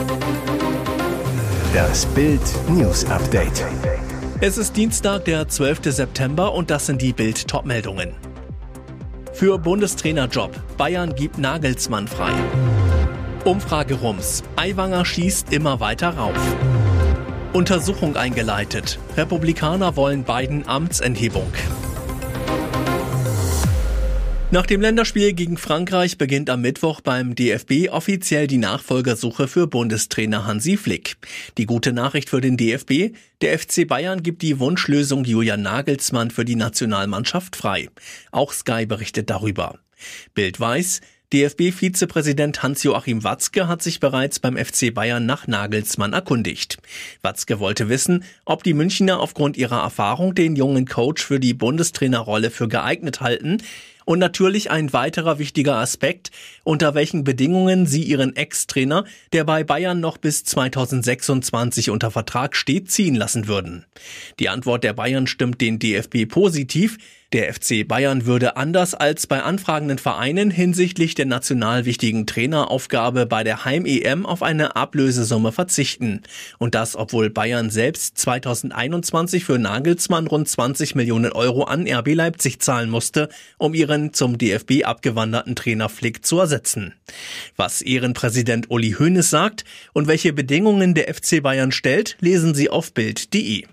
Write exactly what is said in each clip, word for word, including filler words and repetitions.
Das Bild News Update. Es ist Dienstag, der zwölfte September und das sind die Bild-Top-Meldungen. Für Bundestrainerjob. Bayern gibt Nagelsmann frei. Umfrage Rums. Aiwanger schießt immer weiter rauf. Untersuchung eingeleitet. Republikaner wollen Biden Amtsenthebung. Nach dem Länderspiel gegen Frankreich beginnt am Mittwoch beim D F B offiziell die Nachfolgersuche für Bundestrainer Hansi Flick. Die gute Nachricht für den D F B: Der F C Bayern gibt die Wunschlösung Julian Nagelsmann für die Nationalmannschaft frei. Auch Sky berichtet darüber. Bild weiß, D F B-Vizepräsident Hans-Joachim Watzke hat sich bereits beim F C Bayern nach Nagelsmann erkundigt. Watzke wollte wissen, ob die Münchner aufgrund ihrer Erfahrung den jungen Coach für die Bundestrainerrolle für geeignet halten. Und natürlich ein weiterer wichtiger Aspekt, unter welchen Bedingungen sie ihren Ex-Trainer, der bei Bayern noch bis zweitausendsechsundzwanzig unter Vertrag steht, ziehen lassen würden. Die Antwort der Bayern stimmt den D F B positiv. Der F C Bayern würde anders als bei anfragenden Vereinen hinsichtlich der national wichtigen Traineraufgabe bei der Heim-E M auf eine Ablösesumme verzichten. Und das, obwohl Bayern selbst zweitausendeinundzwanzig für Nagelsmann rund zwanzig Millionen Euro an R B Leipzig zahlen musste, um ihren zum D F B abgewanderten Trainer Flick zu ersetzen. Was Ehrenpräsident Uli Hoeneß sagt und welche Bedingungen der F C Bayern stellt, lesen Sie auf bild punkt de.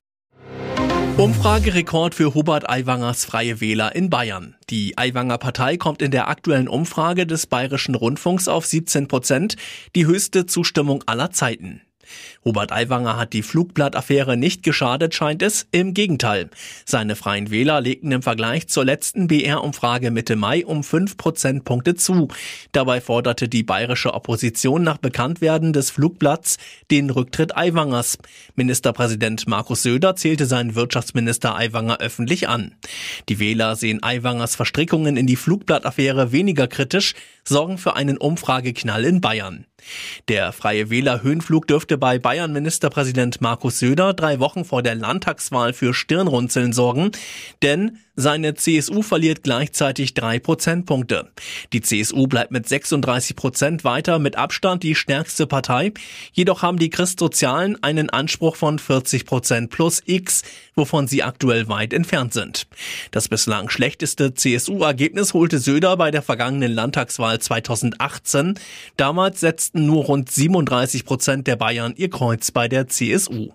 Umfragerekord für Hubert Aiwangers Freie Wähler in Bayern. Die Aiwanger Partei kommt in der aktuellen Umfrage des Bayerischen Rundfunks auf siebzehn Prozent, die höchste Zustimmung aller Zeiten. Hubert Aiwanger hat die Flugblatt-Affäre nicht geschadet, scheint es. Im Gegenteil. Seine Freien Wähler legten im Vergleich zur letzten B R-Umfrage Mitte Mai um fünf Prozentpunkte zu. Dabei forderte die bayerische Opposition nach Bekanntwerden des Flugblatts den Rücktritt Aiwangers. Ministerpräsident Markus Söder zählte seinen Wirtschaftsminister Aiwanger öffentlich an. Die Wähler sehen Aiwangers Verstrickungen in die Flugblatt-Affäre weniger kritisch, sorgen für einen Umfrageknall in Bayern. Der Freie Wähler Höhenflug dürfte bei Bayern-Ministerpräsident Markus Söder drei Wochen vor der Landtagswahl für Stirnrunzeln sorgen, denn seine C S U verliert gleichzeitig drei Prozentpunkte. Die C S U bleibt mit sechsunddreißig Prozent weiter mit Abstand die stärkste Partei, jedoch haben die Christsozialen einen Anspruch von vierzig Prozent plus X, wovon sie aktuell weit entfernt sind. Das bislang schlechteste C S U-Ergebnis holte Söder bei der vergangenen Landtagswahl zweitausendachtzehn. Damals setzten nur rund siebenunddreißig Prozent der Bayern ihr Kreuz bei der C S U.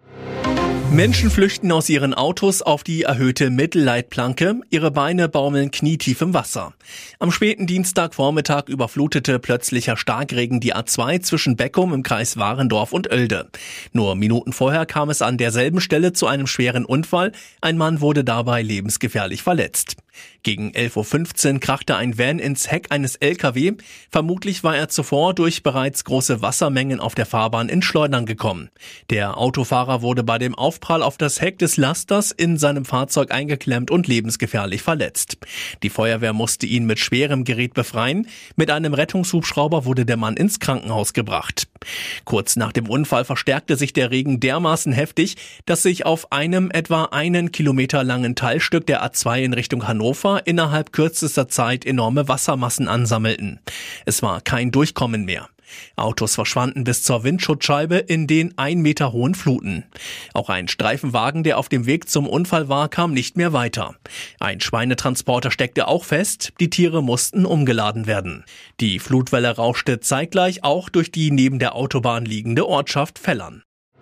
Menschen flüchten aus ihren Autos auf die erhöhte Mittelleitplanke. Ihre Beine baumeln knietief im Wasser. Am späten Dienstagvormittag überflutete plötzlicher Starkregen die A zwei zwischen Beckum im Kreis Warendorf und Oelde. Nur Minuten vorher kam es an derselben Stelle zu einem schweren Unfall. Ein Mann wurde dabei lebensgefährlich verletzt. Gegen elf Uhr fünfzehn krachte ein Van ins Heck eines L K W. Vermutlich war er zuvor durch bereits große Wassermengen auf der Fahrbahn ins Schleudern gekommen. Der Autofahrer wurde bei dem Aufprall auf das Heck des Lasters in seinem Fahrzeug eingeklemmt und lebensgefährlich verletzt. Die Feuerwehr musste ihn mit schwerem Gerät befreien. Mit einem Rettungshubschrauber wurde der Mann ins Krankenhaus gebracht. Kurz nach dem Unfall verstärkte sich der Regen dermaßen heftig, dass sich auf einem etwa einen Kilometer langen Teilstück der A zwei in Richtung Hannover innerhalb kürzester Zeit enorme Wassermassen ansammelten. Es war kein Durchkommen mehr. Autos verschwanden bis zur Windschutzscheibe in den ein Meter hohen Fluten. Auch ein Streifenwagen, der auf dem Weg zum Unfall war, kam nicht mehr weiter. Ein Schweinetransporter steckte auch fest, die Tiere mussten umgeladen werden. Die Flutwelle rauschte zeitgleich auch durch die neben der Autobahn liegende Ortschaft Vellern.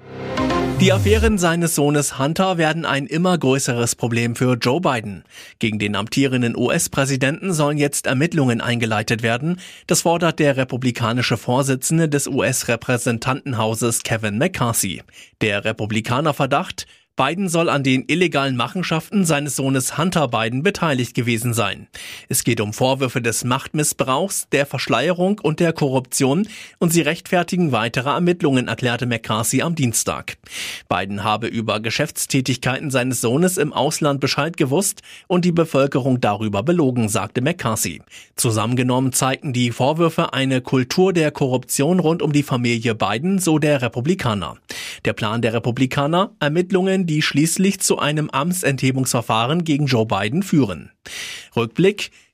Die Affären seines Sohnes Hunter werden ein immer größeres Problem für Joe Biden. Gegen den amtierenden U S-Präsidenten sollen jetzt Ermittlungen eingeleitet werden. Das fordert der republikanische Vorsitzende des U S-Repräsentantenhauses Kevin McCarthy. Der Republikanerverdacht: Biden soll an den illegalen Machenschaften seines Sohnes Hunter Biden beteiligt gewesen sein. Es geht um Vorwürfe des Machtmissbrauchs, der Verschleierung und der Korruption und sie rechtfertigen weitere Ermittlungen, erklärte McCarthy am Dienstag. Biden habe über Geschäftstätigkeiten seines Sohnes im Ausland Bescheid gewusst und die Bevölkerung darüber belogen, sagte McCarthy. Zusammengenommen zeigten die Vorwürfe eine Kultur der Korruption rund um die Familie Biden, so der Republikaner. Der Plan der Republikaner: Ermittlungen, die schließlich zu einem Amtsenthebungsverfahren gegen Joe Biden führen. Rückblick: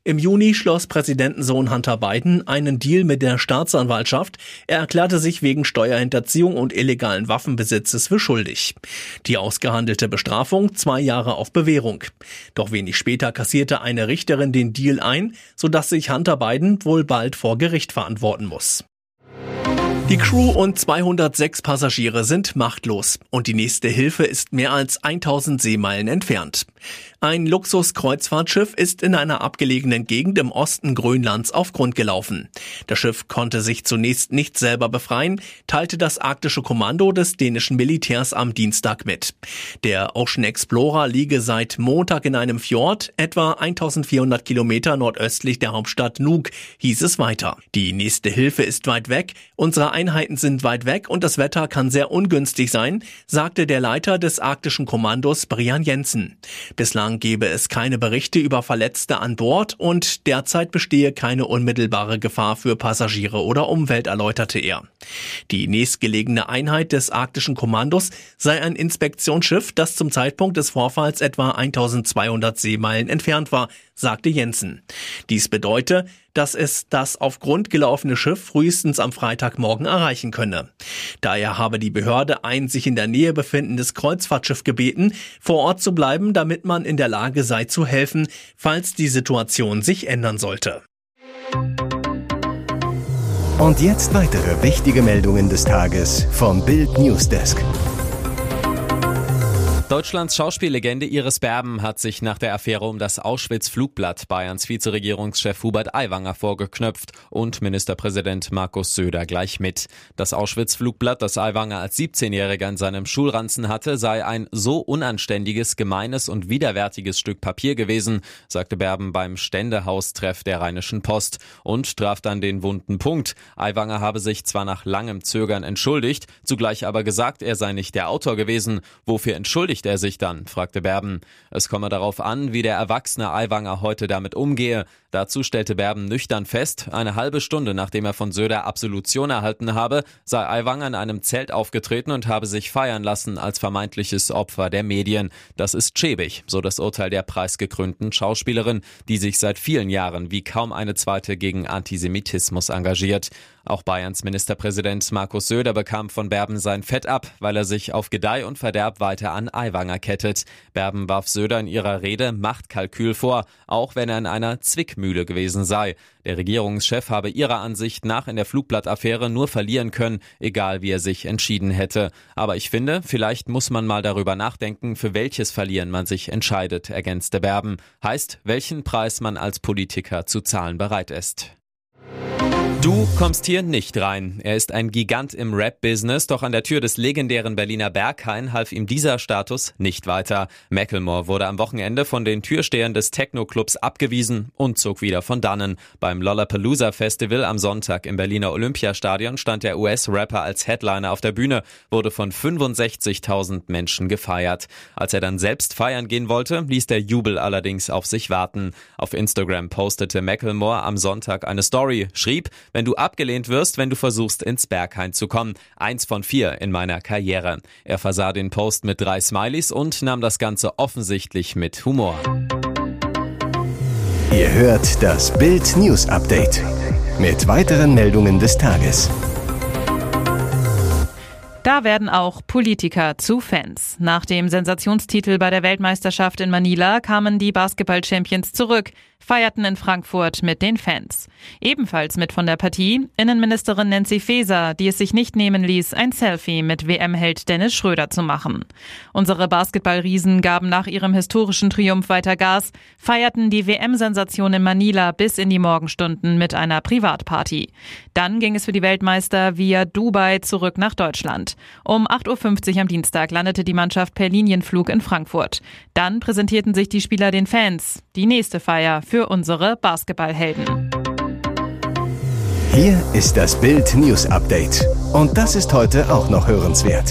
Im Juni schloss Präsidentensohn Hunter Biden einen Deal mit der Staatsanwaltschaft. Er erklärte sich wegen Steuerhinterziehung und illegalen Waffenbesitzes für schuldig. Die ausgehandelte Bestrafung zwei Jahre auf Bewährung. Doch wenig später kassierte eine Richterin den Deal ein, sodass sich Hunter Biden wohl bald vor Gericht verantworten muss. Die Crew und zweihundertsechs Passagiere sind machtlos und die nächste Hilfe ist mehr als tausend Seemeilen entfernt. Ein Luxus-Kreuzfahrtschiff ist in einer abgelegenen Gegend im Osten Grönlands auf Grund gelaufen. Das Schiff konnte sich zunächst nicht selber befreien, teilte das arktische Kommando des dänischen Militärs am Dienstag mit. Der Ocean Explorer liege seit Montag in einem Fjord, etwa eintausendvierhundert Kilometer nordöstlich der Hauptstadt Nuuk, hieß es weiter. Die nächste Hilfe ist weit weg, unsere Einheiten sind weit weg und das Wetter kann sehr ungünstig sein, sagte der Leiter des arktischen Kommandos Brian Jensen. Bislang gebe es keine Berichte über Verletzte an Bord und derzeit bestehe keine unmittelbare Gefahr für Passagiere oder Umwelt, erläuterte er. Die nächstgelegene Einheit des arktischen Kommandos sei ein Inspektionsschiff, das zum Zeitpunkt des Vorfalls etwa eintausendzweihundert Seemeilen entfernt war, sagte Jensen. Dies bedeute, dass es das auf Grund gelaufene Schiff frühestens am Freitagmorgen erreichen könne. Daher habe die Behörde ein sich in der Nähe befindendes Kreuzfahrtschiff gebeten, vor Ort zu bleiben, damit man in der Lage sei zu helfen, falls die Situation sich ändern sollte. Und jetzt weitere wichtige Meldungen des Tages vom Bild Newsdesk. Deutschlands Schauspiellegende Iris Berben hat sich nach der Affäre um das Auschwitz-Flugblatt Bayerns Vizeregierungschef Hubert Aiwanger vorgeknöpft und Ministerpräsident Markus Söder gleich mit. Das Auschwitz-Flugblatt, das Aiwanger als siebzehnjähriger in seinem Schulranzen hatte, sei ein so unanständiges, gemeines und widerwärtiges Stück Papier gewesen, sagte Berben beim Ständehaustreff der Rheinischen Post und traf dann den wunden Punkt. Aiwanger habe sich zwar nach langem Zögern entschuldigt, zugleich aber gesagt, er sei nicht der Autor gewesen. Wofür entschuldigt er sich dann, fragte Berben. Es komme darauf an, wie der erwachsene Aiwanger heute damit umgehe. Dazu stellte Berben nüchtern fest, eine halbe Stunde nachdem er von Söder Absolution erhalten habe, sei Aiwanger in einem Zelt aufgetreten und habe sich feiern lassen als vermeintliches Opfer der Medien. Das ist schäbig, so das Urteil der preisgekrönten Schauspielerin, die sich seit vielen Jahren wie kaum eine zweite gegen Antisemitismus engagiert. Auch Bayerns Ministerpräsident Markus Söder bekam von Berben sein Fett ab, weil er sich auf Gedeih und Verderb weiter an Aiwanger kettet. Berben warf Söder in ihrer Rede Machtkalkül vor, auch wenn er in einer Zwickmühle gewesen sei. Der Regierungschef habe ihrer Ansicht nach in der Flugblattaffäre nur verlieren können, egal wie er sich entschieden hätte. Aber ich finde, vielleicht muss man mal darüber nachdenken, für welches Verlieren man sich entscheidet, ergänzte Berben. Heißt, welchen Preis man als Politiker zu zahlen bereit ist. Du kommst hier nicht rein. Er ist ein Gigant im Rap-Business, doch an der Tür des legendären Berliner Berghain half ihm dieser Status nicht weiter. Macklemore wurde am Wochenende von den Türstehern des Techno-Clubs abgewiesen und zog wieder von dannen. Beim Lollapalooza-Festival am Sonntag im Berliner Olympiastadion stand der U S-Rapper als Headliner auf der Bühne, wurde von fünfundsechzigtausend Menschen gefeiert. Als er dann selbst feiern gehen wollte, ließ der Jubel allerdings auf sich warten. Auf Instagram postete Macklemore am Sonntag eine Story, schrieb: Wenn du abgelehnt wirst, wenn du versuchst, ins Berghain zu kommen. Eins von vier in meiner Karriere. Er versah den Post mit drei Smileys und nahm das Ganze offensichtlich mit Humor. Ihr hört das Bild News Update mit weiteren Meldungen des Tages. Da werden auch Politiker zu Fans. Nach dem Sensationstitel bei der Weltmeisterschaft in Manila kamen die Basketball-Champions zurück, feierten in Frankfurt mit den Fans. Ebenfalls mit von der Partie Innenministerin Nancy Faeser, die es sich nicht nehmen ließ, ein Selfie mit W M-Held Dennis Schröder zu machen. Unsere Basketballriesen gaben nach ihrem historischen Triumph weiter Gas, feierten die W M-Sensation in Manila bis in die Morgenstunden mit einer Privatparty. Dann ging es für die Weltmeister via Dubai zurück nach Deutschland. Um acht Uhr fünfzig am Dienstag landete die Mannschaft per Linienflug in Frankfurt. Dann präsentierten sich die Spieler den Fans. Die nächste Feier für unsere Basketballhelden. Hier ist das Bild News Update. Und das ist heute auch noch hörenswert.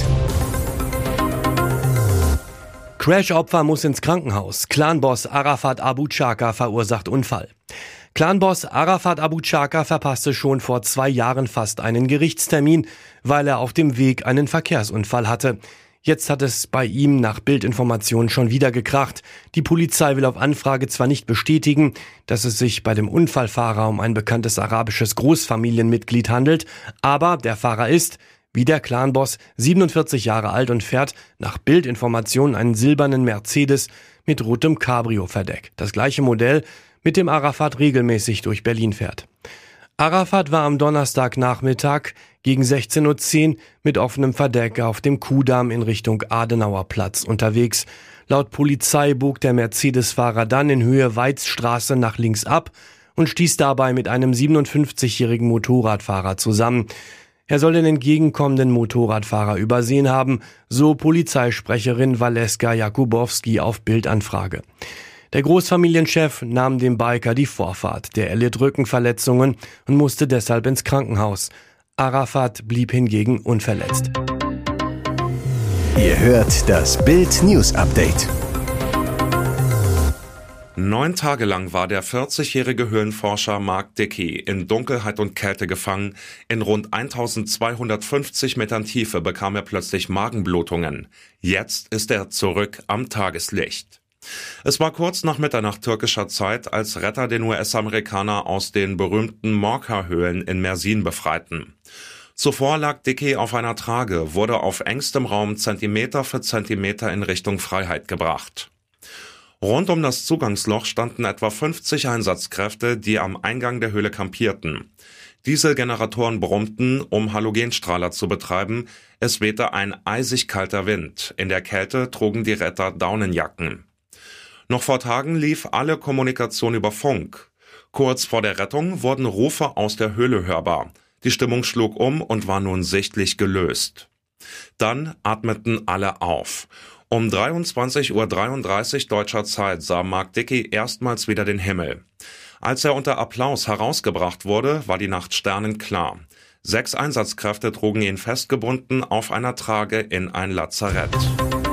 Crash-Opfer muss ins Krankenhaus. Clanboss Arafat Abu Chaka verursacht Unfall. Clanboss Arafat Abu Chaka verpasste schon vor zwei Jahren fast einen Gerichtstermin, weil er auf dem Weg einen Verkehrsunfall hatte. Jetzt hat es bei ihm nach Bildinformationen schon wieder gekracht. Die Polizei will auf Anfrage zwar nicht bestätigen, dass es sich bei dem Unfallfahrer um ein bekanntes arabisches Großfamilienmitglied handelt, aber der Fahrer ist, wie der Clanboss, siebenundvierzig Jahre alt und fährt nach Bildinformationen einen silbernen Mercedes mit rotem Cabrio-Verdeck. Das gleiche Modell, mit dem Arafat regelmäßig durch Berlin fährt. Arafat war am Donnerstagnachmittag gegen sechzehn Uhr zehn mit offenem Verdeck auf dem Kuhdamm in Richtung Adenauerplatz unterwegs. Laut Polizei bog der Mercedes-Fahrer dann in Höhe Weizstraße nach links ab und stieß dabei mit einem siebenundfünfzigjährigen Motorradfahrer zusammen. Er soll den entgegenkommenden Motorradfahrer übersehen haben, so Polizeisprecherin Valeska Jakubowski auf Bildanfrage. Der Großfamilienchef nahm dem Biker die Vorfahrt. Der erlitt Rückenverletzungen und musste deshalb ins Krankenhaus. Arafat blieb hingegen unverletzt. Ihr hört das Bild News Update. Neun Tage lang war der vierzigjährige Höhlenforscher Mark Dickey in Dunkelheit und Kälte gefangen. In rund eintausendzweihundertfünfzig Metern Tiefe bekam er plötzlich Magenblutungen. Jetzt ist er zurück am Tageslicht. Es war kurz nach Mitternacht türkischer Zeit, als Retter den U S-Amerikaner aus den berühmten Morka-Höhlen in Mersin befreiten. Zuvor lag Dickey auf einer Trage, wurde auf engstem Raum Zentimeter für Zentimeter in Richtung Freiheit gebracht. Rund um das Zugangsloch standen etwa fünfzig Einsatzkräfte, die am Eingang der Höhle kampierten. Dieselgeneratoren brummten, um Halogenstrahler zu betreiben. Es wehte ein eisig kalter Wind. In der Kälte trugen die Retter Daunenjacken. Noch vor Tagen lief alle Kommunikation über Funk. Kurz vor der Rettung wurden Rufe aus der Höhle hörbar. Die Stimmung schlug um und war nun sichtlich gelöst. Dann atmeten alle auf. Um dreiundzwanzig Uhr dreiunddreißig deutscher Zeit sah Mark Dickey erstmals wieder den Himmel. Als er unter Applaus herausgebracht wurde, war die Nacht sternenklar. Sechs Einsatzkräfte trugen ihn festgebunden auf einer Trage in ein Lazarett.